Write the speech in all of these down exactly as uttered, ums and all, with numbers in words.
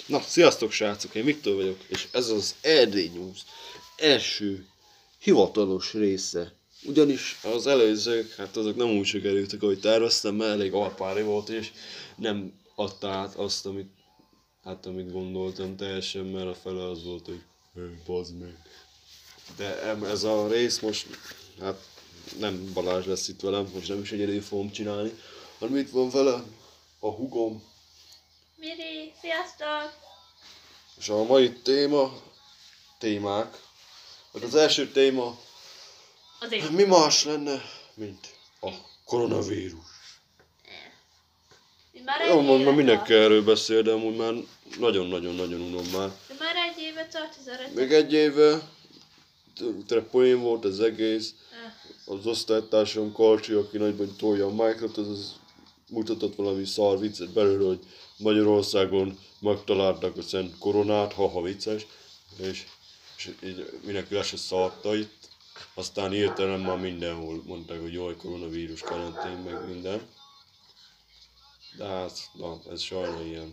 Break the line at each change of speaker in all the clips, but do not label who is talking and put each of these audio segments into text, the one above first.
Na, sziasztok srácok, én Viktor vagyok, és ez az Erdély News első hivatalos része. Ugyanis az előzők, hát azok nem úgy sikerültek, ahogy terveztem, mert elég alpári volt, és nem adta át azt, amit, hát amit gondoltam teljesen, mert a fele az volt, hogy hey, bazd meg. De ez a rész most, hát nem Balázs lesz itt velem, most nem is egyedül fogom csinálni, hanem itt van vele a hugom.
Miri, sziasztok!
És a mai téma, témák, hát az első téma,
Azért.
mi más lenne, mint a koronavírus.
Már egy
Jó, most már
éve
mindenki
tart.
erről beszél, de amúgy már nagyon-nagyon-nagyon unom már.
De már egy éve tart ez a reteg.
Még egy éve, tényleg poén volt az egész, az osztálytársam Kalcsi, aki nagyban tolja a Minecraft, az, az mutatott valami szar viccet belőle, hogy Magyarországon megtalálták a szent koronát, haha vicces, és, és így mindenki le se szarta itt. Aztán hirtelen már mindenhol mondták, hogy jaj, koronavírus, karantén, meg minden. De hát, na, ez sajnos ilyen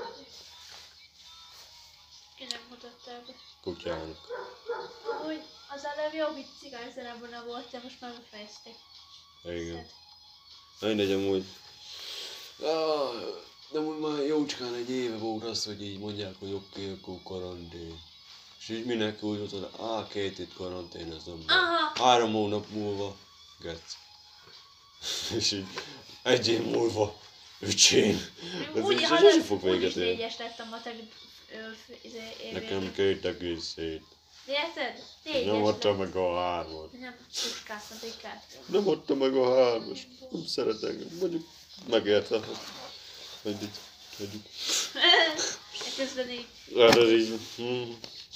Kinek mutattál be?
kutyának.
Úgy az előbb jobb itt cigányzenebben volt, de most már befejezték.
Igen. Na mindegy, amúgy. Ah, de amúgy már jócskán egy éve volt az, hogy így mondják, hogy oké, okay, akkor karantén. És így mindenki úgy volt, hogy á, két hét karantén, ez nem baj.
Aha!
Három hónap múlva, gec. És így egy év múlva, öcsém. Ez
Úgy,
így
ha
sose fog
úgyis
véget érni.
négyes lett a matek évén.
Nekem két egész hét.
Érted? Négyes
Nem adta
lett.
meg a hármat.
Nem puskáztam, békát.
Nem adta meg a hármas. Nem szeretek. Mondjuk megérte. Hagyjuk. Hagyjuk.
Közben így.
Hát ez így. Hmm.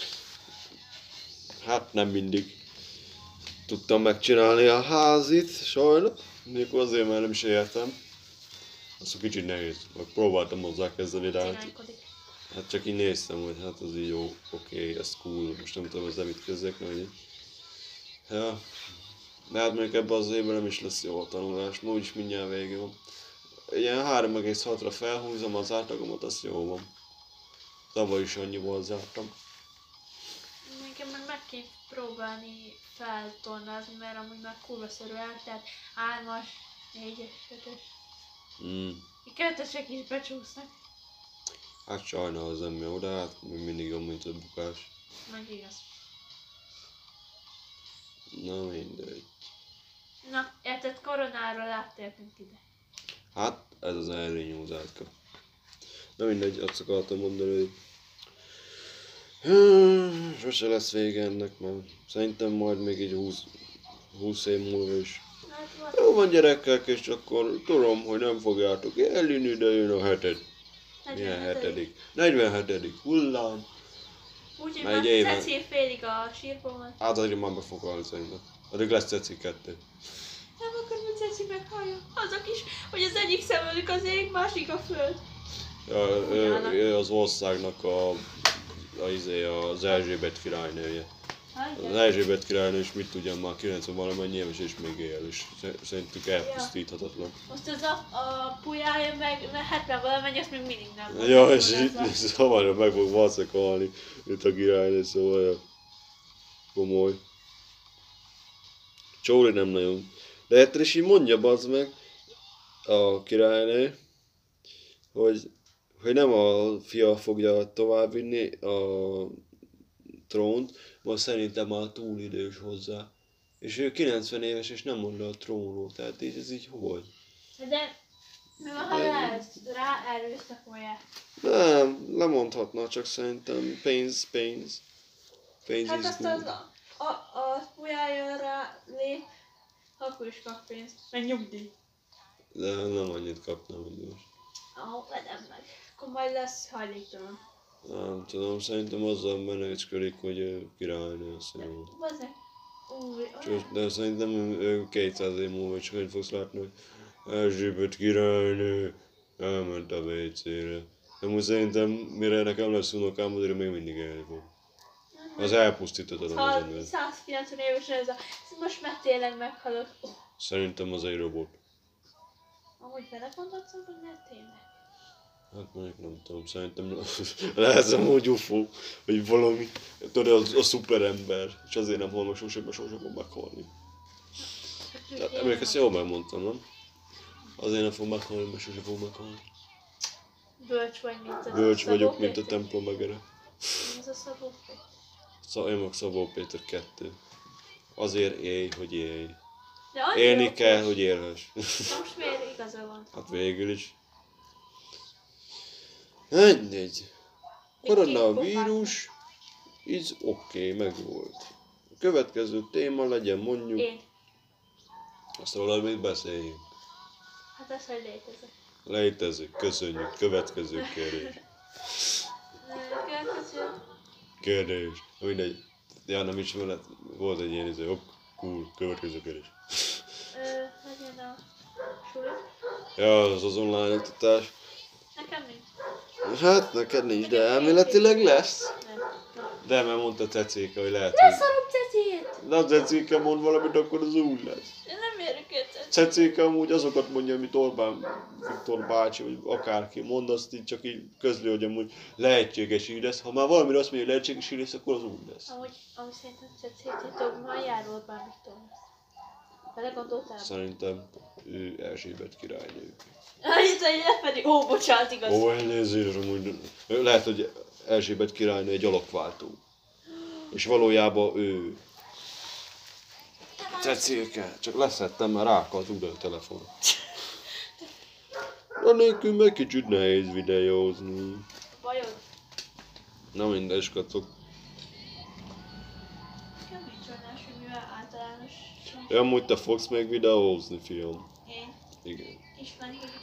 Hát nem mindig tudtam megcsinálni a házit, sajnos. Mikor azért, mert nem is értem. Az kicsit nehéz. Meg próbáltam hozzá kezdeni, de hát,
Csinálkodik.
hát csak így néztem, hogy hát az így jó, oké, okay, ez cool. Most nem tudom, ezzel mit kezdek, mert így. Ja. De hát mondjuk ebben az évben nem is lesz jó a tanulás, ma úgyis mindjárt vége van. Ilyen három egész hatra felhúzom az átlagomat, az jó van. Tavaly is annyival zártam.
Nekem meg meg kell próbálni feltornázni, mert amúgy már kurva szörű el, tehát hármas, négyes, ötös.
Mm.
A kettesek is becsúsznak.
Hát sajnál az nem jó, de hát még mindig jobb, mint a bukás.
Meg igaz.
Na mindegy.
Na, érted, koronáról áttértünk ide.
Hát ez az Erdély News átka. Na mindegy, azt akartam mondani, hogy Hmm, sose lesz vége ennek, mert szerintem majd még így húsz év múlva is.
Hát volt.
Jó van gyerekek, és akkor tudom, hogy nem fogjátok elhinni, de jön a heted. Milyen hetedik? negyvenhetedik hullám.
Úgyhogy
Már
már
egy éve.
Ceci félig a sírból.
Hát addig már be fog halni szerintem. Addig lesz Ceci kettő.
Nem akarom, hogy Ceci meghallja. Azok is, hogy az egyik szemölük az ég, másik a föld.
Ja, ő, ő az országnak a, a, izé, az Erzsébet királynője. Az Erzsébet királynő is mit tudjam, már kilencven valamennyi éves és még él, és szerintük elpusztíthatatlan.
Most az a, a pulyája meg hetven valamennyi, azt még mindig nem volt.
Ja, és így hamarabb meg fog valószínűleg halni, mint a királynő, szóval ja. Komoly. Csóri nem nagyon. De ettől is így mondja, bazd meg, a királynő, hogy, hogy nem a fia fogja továbbvinni a trónt, mert szerintem már túl idős hozzá. És ő kilencven éves és nem mond le a trónról, tehát így ez így hogy?
De mi van, ha lehet rá erőszakolják?
Nem, lemondhatna, csak szerintem pénz, pénz. Pénz
Hát
is
azt az a, a, a pulyája rá lép, akkor is kap pénzt. Meg nyugdíj.
De nem annyit kapna, mint most.
Ahol vedem meg. Akkor majd lesz hajléktalan.
Nem tudom, szerintem azzal menőcsködik, hogy ő királynő, azt
De
mondom.
bazdmeg. Új,
Csak, de szerintem ő kétszáz év múlva csak hogy fogsz látni, hogy Erzsébet királynő elment a vé cére. De most szerintem, mire nekem lesz unokám, azért még mindig élni fog. Az elpusztítatlan az
Ha
ember.
száz kilencven éves ez a... Most már tényleg meghalok. Oh.
Szerintem az egy robot.
Amúgy vele gondolsz, hogy mert tényleg?
Hát mondjuk nem tudom, szerintem lehet amúgy ufó, vagy valami, tudod, a, a szuperember, és azért nem hol meg sosem, mert sosem fog meghalni. Tehát emlékezz, jól megmondtam, nem? Azért nem fog meghalni, mert sosem fog meghalni.
Bölcs vagy, mint a
Bölcs
Szabó
vagyok, mint a
Péter.
templom megere.
Mi az a Szabó Péter?
Szóval én meg Szabó Péter kettő. Azért élj, hogy élj.
De annyira
Élni
okos.
kell, hogy élhess.
Na most miért igaza van?
Hát végül is. Mindegy. Koronavírus, így oké, okay, megvolt. A következő téma legyen mondjuk,
Én.
azt róla még beszéljünk.
Hát az, hogy létezik.
Létezik, köszönjük. Következő kérdés.
Következő.
Kérdés. Mindegy. Ja, nem is van, volt egy ilyen izé, ok, cool, következő kérdés.
Ö, legyen a suli.
Ja, az az online oktatás.
Nekem nincs.
Hát neked nincs, de elméletileg lesz.
Nem. Na.
De mert mondta Cecéka, hogy lehet,
Ne
hogy...
szarom cecét!
Na Cecéka mond valamit, akkor az úgy lesz.
Én nem érek egyet.
Cecéka amúgy azokat mondja, amit Orbán Viktor bácsi, vagy akárki mond, azt így csak így közli, hogy amúgy lehetséges így lesz. Ha már valamire azt mondja, hogy lehetséges így lesz, akkor az úgy lesz.
Amúgy, amúgy szerintem cecét több jár Orbán Viktorhoz. Vele gondoltál?
Szerintem ő Erzsébet királynő.
Itt egy lefedi. Ó, bocsánat, igaz.
Ó, elnézést, amúgy lehet, hogy Erzsébet királynő egy alakváltó. És valójában ő... Cecilke, csak leszettem, mert rákalt úgy a telefon. Annélkül meg kicsit nehéz videózni.
Bajod?
Na mindegy, skacok.
Nekem nincs olyan első, mivel általános.
Ja, amúgy te fogsz még videózni, fiam.
Én
Igen.
ismerni vagyok.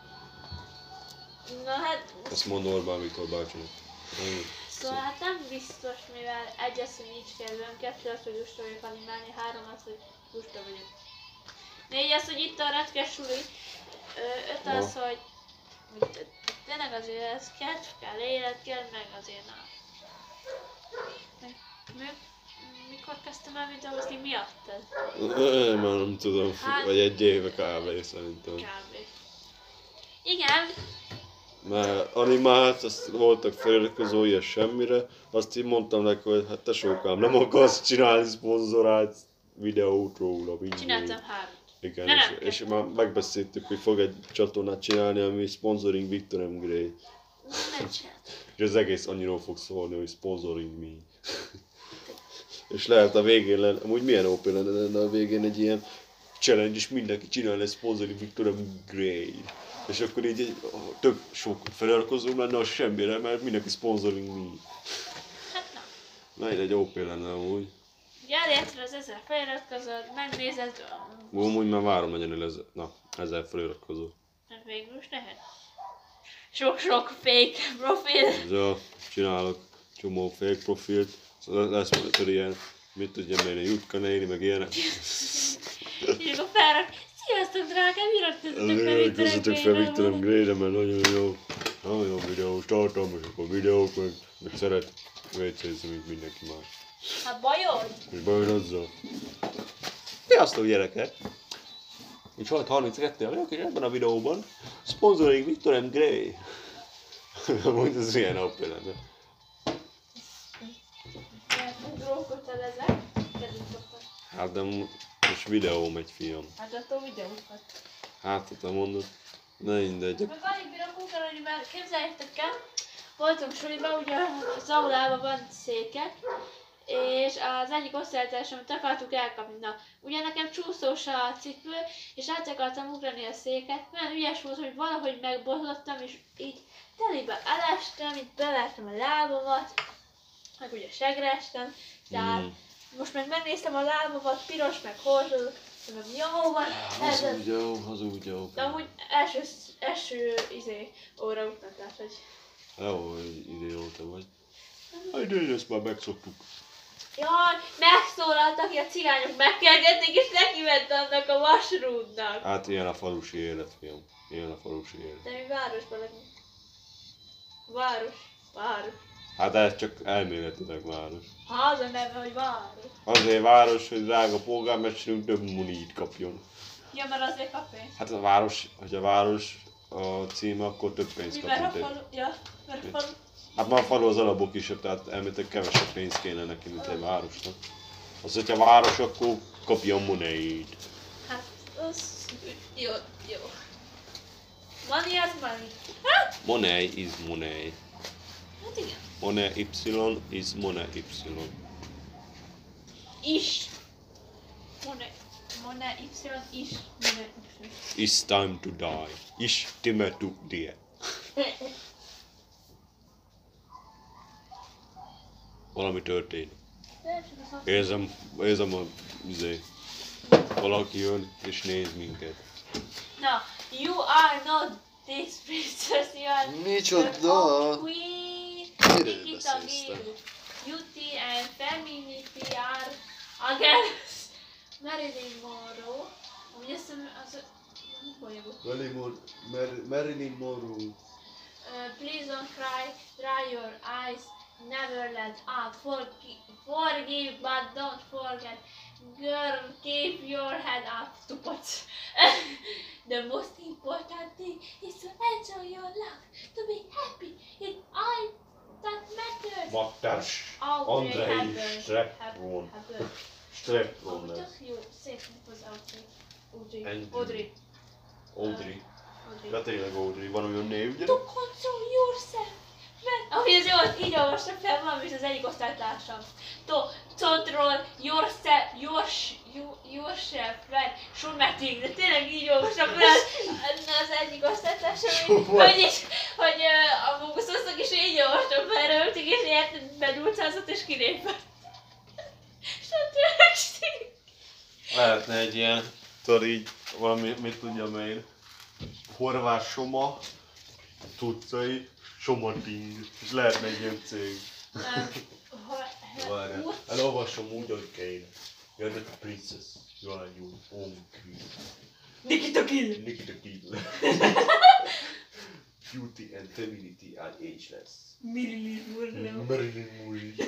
Na hát,
Ezt mond Orbán Viktor bácsinak.
szóval hát nem biztos, mivel egy az, hogy nincs kedvem, kettő az, hogy lusta vagyok animálni, három az, hogy lusta vagyok. Négy az, hogy itt a retkes suli, Ö, öt az, hogy hogy tényleg azért ez kedv kell, élet kell, meg azért na. Meg, meg, mikor kezdtem el videózni, miattad?
Én már nem tudom,
Hát-
vagy egy éve kb. Szerintem.
Kb. Igen,
Mert animált, azt voltak feliratkozói, és semmire. Azt így mondtam neki, hogy hát tesókám, nem akarsz csinálni szponzorált videót róla, mindig.
csináltam hármat.
Igen,
De
és,
nem
és
kettő.
már megbeszéltük, hogy fog egy csatornát csinálni, ami Sponsoring Victor M. Gray.
Nem csináltam.
És az egész annyiról fog szólni, hogy Sponsoring Me. És lehet a végén lenne, amúgy milyen ó pé lenne, lenne a végén egy ilyen challenge, és mindenki csinálna egy Sponsoring Victor M. Gray. És akkor így egy, tök sok feliratkozó lenne, az semmire, mert mindenki Sponsoring Me.
Hát na.
Na, egy ó pé lenne amúgy.
Ugye elérted az ezer feliratkozót, megnézed,
Amúgy már várom nagyon el ez, na, ezer feliratkozó.
hát végül is lehet. Sok-sok fake profil.
Ja, csinálok csomó fake profilt, szóval lesz majd tudod ilyen, mit tudjam én, Jutka néni, meg ilyenek.
És akkor felrak, sziasztok drágám, iratkozzatok fel
Iratkozzatok fel Victor M.
Viktor
Gray-re, mert nagyon jó, nagyon jó videós tartalmasak a videók, meg, meg szeret vécézni, mint mindenki más.
Hát bajod?
És bajod azzal. Sziasztok gyerekek! Itt volt harminckettő vagyok, és ebben a videóban Sponsoring Victor M. Gray. Amúgy ez milyen ó pé lenne.
Drókötelezek, kezünk kaptam.
Hát de most videó megy, fiam.
Hát attól videókat.
Hát, ha te mondod. Ne mindegy.
Meg alig bírom ugrani, mert képzeljétek el, voltunk suliban, ugye az aulában van székek, és az egyik osztálytársamat akartuk elkapni. Na, ugye nekem csúszós a cipő, és át akartam ugrani a széket, mert ügyes volt, hogy valahogy megbotlottam, és így telibe elestem, így bevertem a lábamat, meg ugye segre estem, tehát
Mm.
most meg megnéztem a lábamat, piros, meg horzsol, meg jó van, ez
Az
az.
úgy jó, az úgy jó.
De amúgy első, első izé, óra oktatás, hogy
Jó, hogy idióta vagy. Hát de ezt már megszoktuk.
jaj, megszólaltak, hogy a cigányok megkergették, és neki ment annak a vasrúdnak.
Hát ilyen a falusi élet, fiam. Ilyen a falusi élet.
De mi városban lakunk. Város, város.
Hát ez csak elméletileg város.
Ha az a neve, hogy város.
Azért város, hogy drága polgármesterünk több munit kapjon.
Ja, mert azért kap pénzt.
Hát a város, hogy a város a címe, akkor több pénzt
Mi már a
kapunk.
falu? Ja, mert a falu.
Hát már a falu az alapból kisebb, tehát elméletileg kevesebb pénz kéne neki, mint egy városnak. Az, hogyha város, akkor kapja a money-t.
Hát, az... Jó, jó. Money az money. Hát,
Money is money.
hát igen.
Money Y is money Y.
Is. Money. Money Y is. Money Y.
It's time to die. Is time to die. Valami történik.
Nem, csak az azt-
Érzem, érzem a... Izé, valaki jön és néz minket.
Na, you are not this princess, you are
Micsoda?
the old queen.
Miről
Nikita
beszélsz te?
Gill. Beauty and femininity are against Marilyn Monroe. Amúgy azt hiszem, az... Nem bolyogok.
Marilyn Monroe.
Uh, please don't cry, dry your eyes, never let up, Forgi- forgive but don't forget, girl keep your head up, tupoc. The most important thing is to enjoy your life, to be happy in all that matters.
Matters.
Audrey
Andrei
Hepburn.
Strepron.
Hepburn.
Strepron
Amúgy
lesz.
tök jó, szép az Audrey. Audrey.
Andrew.
Audrey.
Audrey.
Audrey.
De tényleg Audrey, van olyan név, ugye?
To control yourself. Mert, ahogy az jó, így olvastam fel valamit, és az egyik osztályt lássam. To control yourself, yours, you, yourself, mert Schumetting, de tényleg így olvastam fel az egyik osztályt lássam, hogy, hogy, így, hogy uh, a munkuszosztok is így olvastam fel rögtük, és ilyet bedulcázott és kilépett. Schumetting.
Lehetne egy ilyen, tudod így, valami, mit tudjam én, horvát soma, tudcai, somating, és lehetne egy ilyen cég. Várjál, elolvasom úgy, hogy kéne. You're not a princess, you are your own queen.
Nikita Gill.
Nikita Gill. Beauty and femininity are ageless.
Marilyn Monroe.
Marilyn Monroe.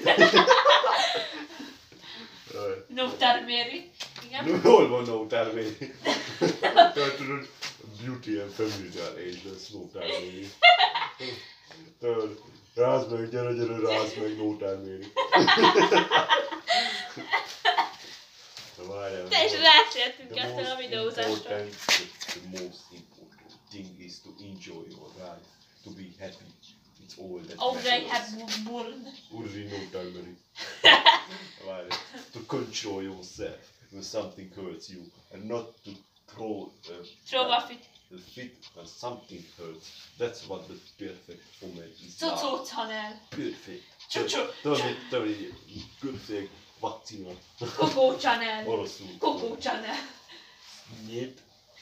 Nótár Mary. Igen.
Hol van Nótár Mary? Tehát tudod, beauty and femininity are ageless, Nótár Mary. Tudod, rázd meg, gyere, gyere, rázd meg, Nótár Mary. Na várjál.
Te is rátértünk
The
ettől a
most
videózásra.
important, the most important thing is to enjoy your life, to be happy. It's all that
Audrey
matters.
Hepburn.
Urzi no time. Várj. To control yourself when something hurts you, and not to throw uh,
Throw a fit.
the fit when something hurts. That's what the perfect woman is.
Cocó Chanel.
Perfect.
Csocsó.
Tudod, mit, tudod, így, perfect vakcina.
Coco Chanel.
Oroszul.
Coco Chanel.
Nyit.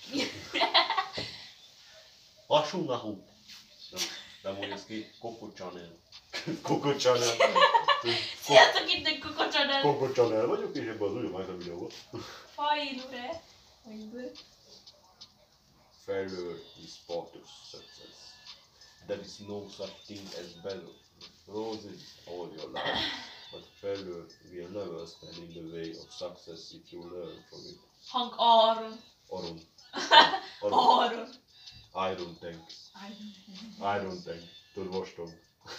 Hasunahu. Nem, nem mondja ezt ki. Coco Chanel. Coco Chanel.
Sziasztok, itt egy Coco Chanel.
Coco Chanel vagyok, és ebben az új a videóban.
Fajlure. Fajlure.
Failure is part of success. There is no such thing as bellow. Roses all your life. But failure will never stand in the way of success if you learn from it.
Hang Aron.
Aron.
Aron.
Iron tank. Iron tank. Tudod, vastom.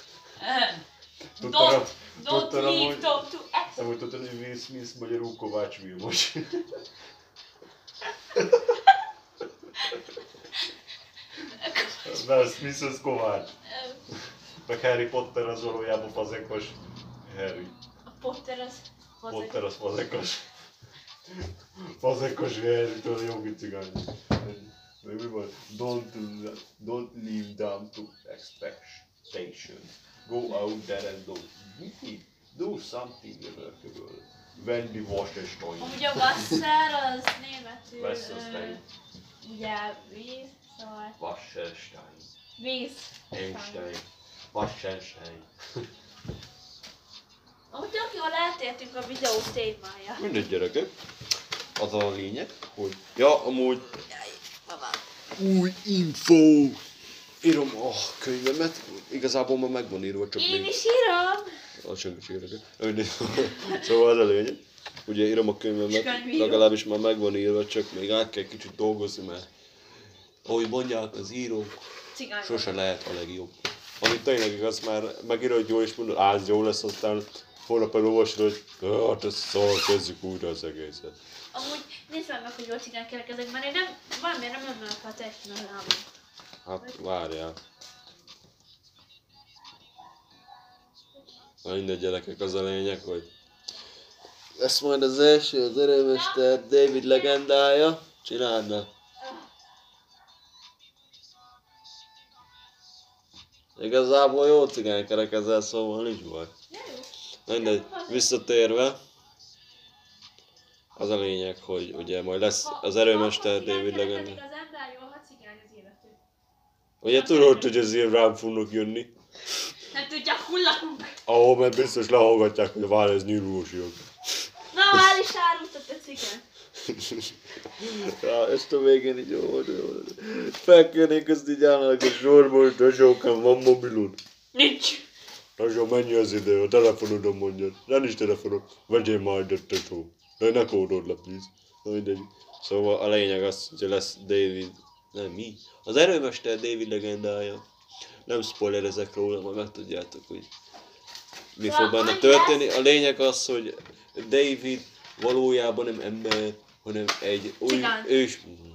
Don't, don't
tudtam,
leave
hogy-
Tom to act.
Nem, hogy tudod, hogy Will Smith magyarul Kovács Vilmos. Will Smith az Kovács. Meg Harry Potter az valójában fazekas. Harry.
A Potter az...
Potter az fazekas. Fazekas Harry, tudod, a jogi cigány. De mi van? Don't, don't leave them to expectation. Go out there and do, do something remarkable. Wendy Wasserstein.
Amúgy a Wasser az németül...
Wasserstein.
ö, Ugye víz, szóval...
Wasserstein.
Víz.
Einstein. Wasserstein.
Amúgy tök jól eltértünk a videó témája.
Mindegy, gyerekek. Az a lényeg, hogy... Ja, amúgy... Új info! Írom a könyvemet, igazából már meg van írva, csak
Én
még...
is írom!
A senki sem érdekel. Mindegy. Szóval az a lényeg. Ugye írom a könyvemet,
Könyvíró.
legalábbis már meg van írva, csak még át kell kicsit dolgozni, mert ahogy mondják az írók,
Cigány.
sose lehet a legjobb. Amit tényleg igaz, már megírod jó és mondod, á, ez jó lesz, aztán holnap elolvasod, hogy hát ez szar, kezdjük újra az egészet.
Amúgy nézd meg, meg hogy jól cigány kerekezek, mert én nem, valamiért nem emelek fel teljesen a lábam.
Hát várjál. Na mindegy gyerekek, az a lényeg, hogy lesz majd az első, az erőmester David legendája. Csináld meg! Igazából jó cigány kerekezel, szóval nincs baj. Na mindegy, visszatérve. Az a lényeg, hogy ugye majd lesz az erőmester David legendája.
Az ember jól, ha cigány az életű.
Ugye tudod, hogy az ilyen rám fognak jönni?
Nem tudják, hullakunk.
Ahol mert biztos lehallgatják, hogy várj, ez nyilvósiak.
Na, már is árultat a cigány.
Ja, ezt a végén így jó volt, jó volt. Felkérnék azt így állnak a sorba, hogy tesókám, van mobilod?
Nincs.
Tesó, menj az ide, a telefonodon mondjad. Nem is telefonod, vegyél majd egy tesó. De ne kódod le, please. Na mindegy. Szóval a lényeg az, hogy lesz David, nem mi? Az erőmester David legendája. Nem spoilerezek róla, majd megtudjátok, hogy mi fog benne történni. A lényeg az, hogy David valójában nem ember, hanem egy új
Cigány.
ős...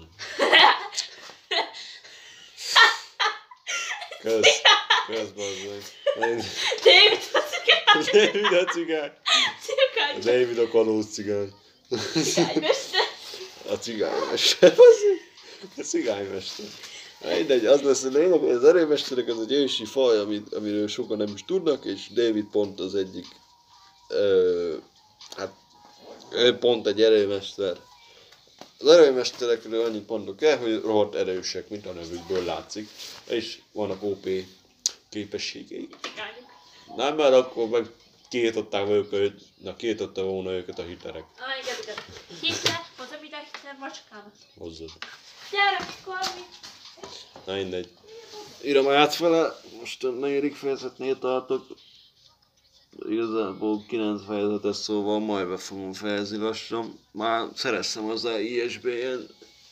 Kösz, kösz bazzeg.
David a cigány.
David a cigány.
Cigány.
David a kalóz cigány.
Cigánymester.
A cigánymester. bazzeg. A cigánymester. Mindegy, az lesz a lényeg, hogy az erőmesterek az egy ősi faj, amit, amiről sokan nem is tudnak, és David pont az egyik, ö, hát ő pont egy erőmester. Az erőmesterekről annyit mondok el, hogy rohadt erősek, mint a nevükből látszik, és vannak ó pé képességei.
Cigányok.
Nem, mert akkor meg kiirtották őket, na kiirtotta volna őket a hiterek.
Ah, igen, igen. Hitler, hozom ide a Hitler macskámat.
Hozzad.
Gyere, Kormi.
Na mindegy. Írom átfele, most a negyedik fejezetnél tartok. Igazából kilenc fejezetes, szóval majd be fogom fejezni lassan. Már szereztem hozzá i es bé en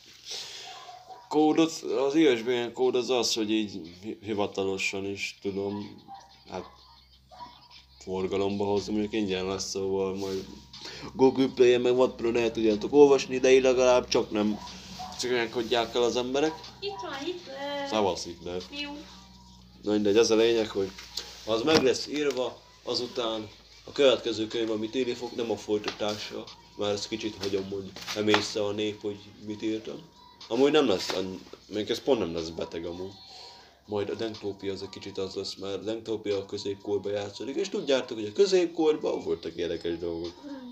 kódot. Az i es bé en kód az az, hogy így hivatalosan is tudom, hát forgalomba hozni, mondjuk ingyen lesz, szóval majd Google Play-en meg Wattpadon el tudjátok olvasni, de így legalább csak nem cigánykodják el az emberek.
Itt van Hitler.
Szavasz Hitler.
Fiú.
Na mindegy, ez a lényeg, hogy az meg lesz írva, azután a következő könyv, amit írni fog, nem a folytatása, már ezt kicsit hagyom, hogy emészze a nép, hogy mit írtam. Amúgy nem lesz, még ez pont nem lesz beteg amúgy. Majd a Denktopia az egy kicsit az lesz, mert Denktopia a középkorban játszódik, és tudjátok, hogy a középkorban voltak érdekes dolgok.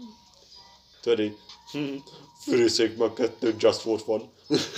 Tudod, fűrészék meg kettő, just for fun.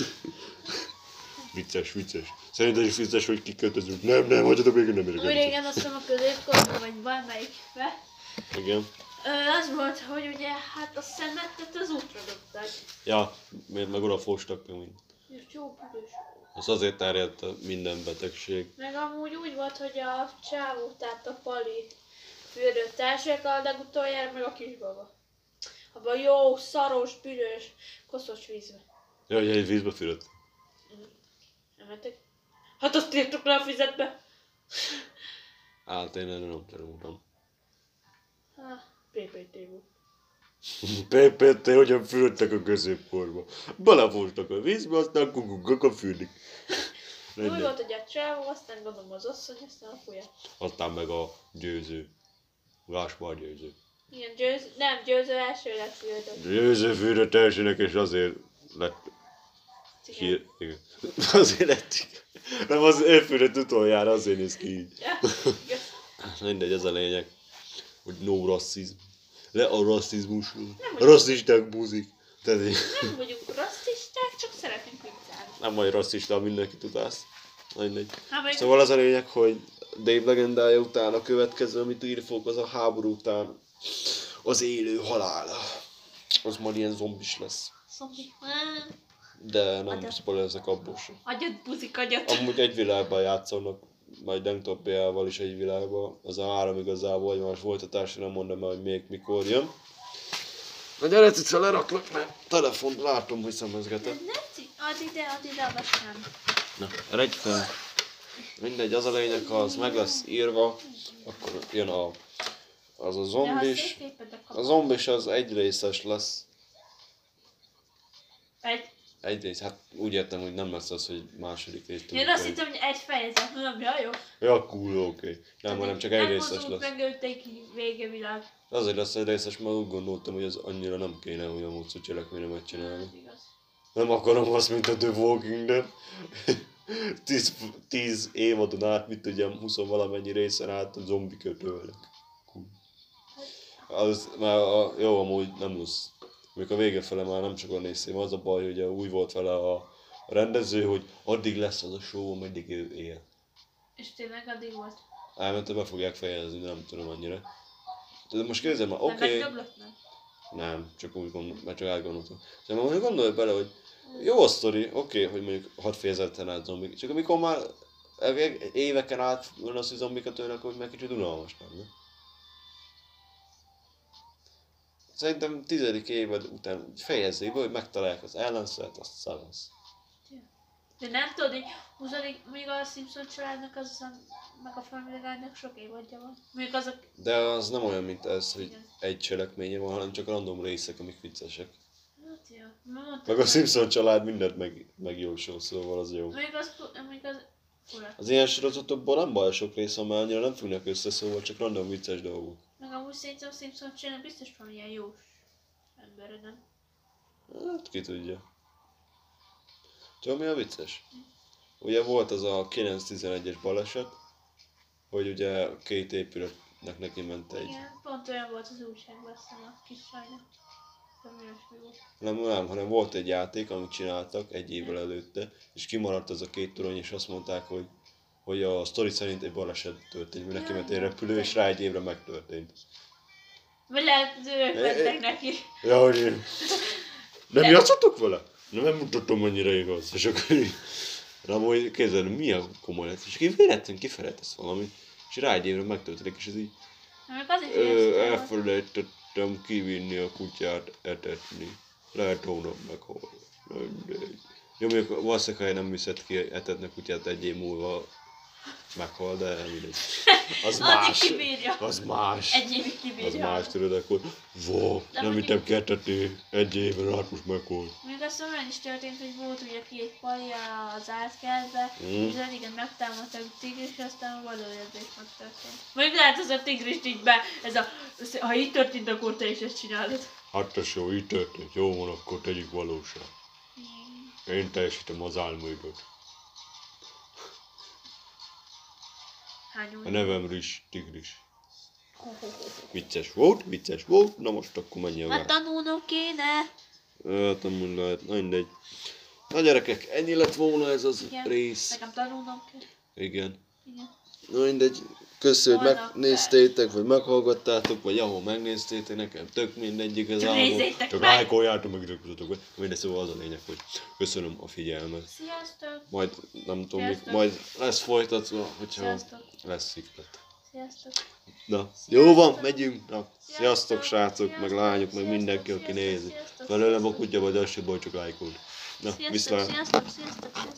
Vicces, vicces. Szerinted is vicces, hogy kiköltözünk. Nem, nem, hagyjatok még, nem érek.
Úgy régen azt hiszem a középkorban, vagy bármelyikbe.
Igen.
Ö, az volt, hogy ugye, hát a szemetet az útra dobták.
Ja, miért meg oda fostak meg mind.
És jó büdös.
Az azért terjedt a minden betegség.
Meg amúgy úgy volt, hogy a csávó, tehát a Pali fürdött elsőkkel, de utoljára meg a kisbaba. Abban jó, szaros, büdös, koszos vízbe.
Ja, hogy egy vízbe fürödt.
Nem mentek? Hát azt írtuk le a füzetbe.
Hát én erre nem tanultam.
Ha, pé pé té volt.
pé pé té hogyan fürödtek a középkorba. Belefostak a vízbe, aztán kukukak fürdik.
Úgy volt, hogy a csávó, aztán gondolom az asszony, aztán a fúja.
Aztán meg a győző. Gáspár győző.
Igen, győző, nem, győző első lett fürdött.
Győző fürödt elsőnek, és azért lett
Cigány.
hír... Igen. Azért lett... Nem, az ő fürödt utoljára, azért néz ki így.
Ja, igen.
Mindegy, ez a lényeg, hogy no rasszizm. Le a rasszizmusról.
Nem
A rasszisták buzik. Tehát így,
Nem vagyunk rasszisták, csak szeretünk viccelni.
nem vagy rasszista, mindenki tudás. Na mindegy.
Hát meg
Szóval az a lényeg, hogy Dave legendája után a következő, amit írni fog, az a háború után az élő halál. Az majd ilyen zombis lesz.
szombi.
De nem
Agyat.
spoilerezek abból sem.
Agyat, buzik, agyat.
Amúgy egy világban játszanak, majd Denktopiával is egy világban. Az a három igazából egymás folytatásra, nem mondom el, hogy még mikor jön. Na gyere, cica, leraklak, mert telefont látom, hogy szemezgetek.
Ez nem cik. Add ide, add ide, most nem.
Na, eredj fel. Mindegy, az a lényeg, ha az meg lesz írva, akkor jön a, az a zombis. A zombis az egy részes lesz.
Egy.
Egy rész, hát úgy értem, hogy nem lesz az, hogy második rész
Én azt hittem, hogy egy fejezet, nem, ja, jó.
Ja, cool, oké. Okay. Nem, hanem csak egy részes
Nem
lesz.
megölték vége világ.
Azért lesz egy részes, mert úgy gondoltam, hogy ez annyira nem kéne olyan módszerű cselekményre megcsinálni.
Igaz.
Nem akarom azt, mint a The Walking Dead. tíz, tíz évadon át, mit tudjam, húsz valamennyi részen át a zombik ölnek. Cool. Az már a, jó, amúgy nem lesz. Még a vége fele már nem sokan néztem. Az a baj, hogy úgy volt vele a, a rendező, hogy addig lesz az a show, ameddig ő él.
És tényleg addig volt.
Elmente be fogják fejezni, de nem tudom annyira. De most képzelj már,
Nem
oké. Okay.
megdöblött, nem?
Nem, csak úgy gondolom, mert csak átgondoltam. Szóval most gondolj bele, hogy jó a sztori, oké, okay, hogy mondjuk hat fejezeten át zombik, csak amikor már éveken át van az, hogy zombikat ölnek, hogy meg kicsit unalmas lenne. Szerintem tizedik évad után fejezzék be, hogy megtalálják az ellenszert, azt szavasz.
De nem tudod, hogy huszadik, még a Simpson családnak az a, meg a Family Guy-nak sok évadja van. Mondjuk azok...
De az nem olyan, mint ez, hogy
Igen.
egy cselekménye van, hanem csak random részek, amik viccesek.
Hát jó. Mondtam,
Meg a Simpson család mindent meg, megjósol, szóval az jó.
Mondjuk az, mondjuk az fura.
Az ilyen sorozatokban nem baj sok része, mert annyira nem függnek össze, szóval csak random vicces dolgok.
Meg amúgy szerintem a Simpson család biztos van ilyen jó ember, nem?
Hát ki tudja. Tudom mi a vicces? Ugye volt az a kilenc tizenegyes baleset, hogy ugye két épületnek neki ment egy.
Igen, pont olyan volt az újságban, aztán a kis sajna. Volt.
Nem, nem, hanem volt egy játék, amit csináltak egy évvel előtte, és kimaradt az a két torony, és azt mondták, hogy, hogy a sztori szerint egy baleset történt, mert neki ment egy repülő, és rá egy évre megtörtént.
Vagy lehet, hogy ők mentek neki.
Ja, hogy én... Nem játszatok vele? Nem, nem mutatom annyira igaz. És akkor így... Nem, hogy képzeld, mi a komoly lesz. És akkor véletlenül kifelejtesz valamit, és rá egy évre megtörténik, és ez így...
Meg az is
Ö, elfelejtettem kivinni a kutyát etetni. Lehet hónap meghal. Mindegy. Jó, mondjuk valószínűleg, ha nem viszed ki etetni a kutyát egy év múlva meghal, de mindegy. Az más.
kibírja.
Az más.
Egy évig kibírja.
Az más, tudod, akkor wow, nem
mondjuk-
vittem ki etetni egy évre, hát most meghalt.
Még azt olyan is történt, hogy volt ugye két palja az átkertbe,
Mm.
és igen megtámadtak a tigris, és aztán valójában megtörtént. Mondjuk lehet az a tigrist így be, ez a, ha így történt, akkor te is ezt csinálod.
Hát tesó, így történt. Jó van, akkor tegyük valóság. Én teljesítem az álmaidat.
Hány
A
óra?
nevem Rizs, Tigris. Vicces volt, vicces volt, na most akkor menj a
Hát
vár.
tanulnom kéne.
Hát nem lehet, na mindegy. Na gyerekek, ennyi lett volna ez az
Igen.
rész.
Nekem tanulnom kell.
Igen.
Igen.
Na mindegy, köszönöm, hogy
Holnap
megnéztétek, vagy meghallgattátok, vagy ahol megnéztétek, nekem tök mindegy igazából.
nézzétek
Csak
meg!
lájkoljátok, meg iratkozzatok be. Mindegy, szóval az a lényeg, hogy köszönöm a figyelmet.
Sziasztok!
Majd nem tudom, mik,
Sziasztok.
majd lesz folytatva, hogyha
Sziasztok!
lesz sziklet.
Sziasztok!
Na,
Sziasztok.
jó van, megyünk. Na, sziasztok
Sziasztok,
srácok, meg
sziasztok,
lányok, meg
sziasztok,
mindenki, aki
sziasztok,
nézi.
sziasztok,
Felőlem a
sziasztok.
kutya, vagy az se baj, csak lájkold. Na,
Sziasztok,
viszlát.
sziasztok, sziasztok, sziasztok!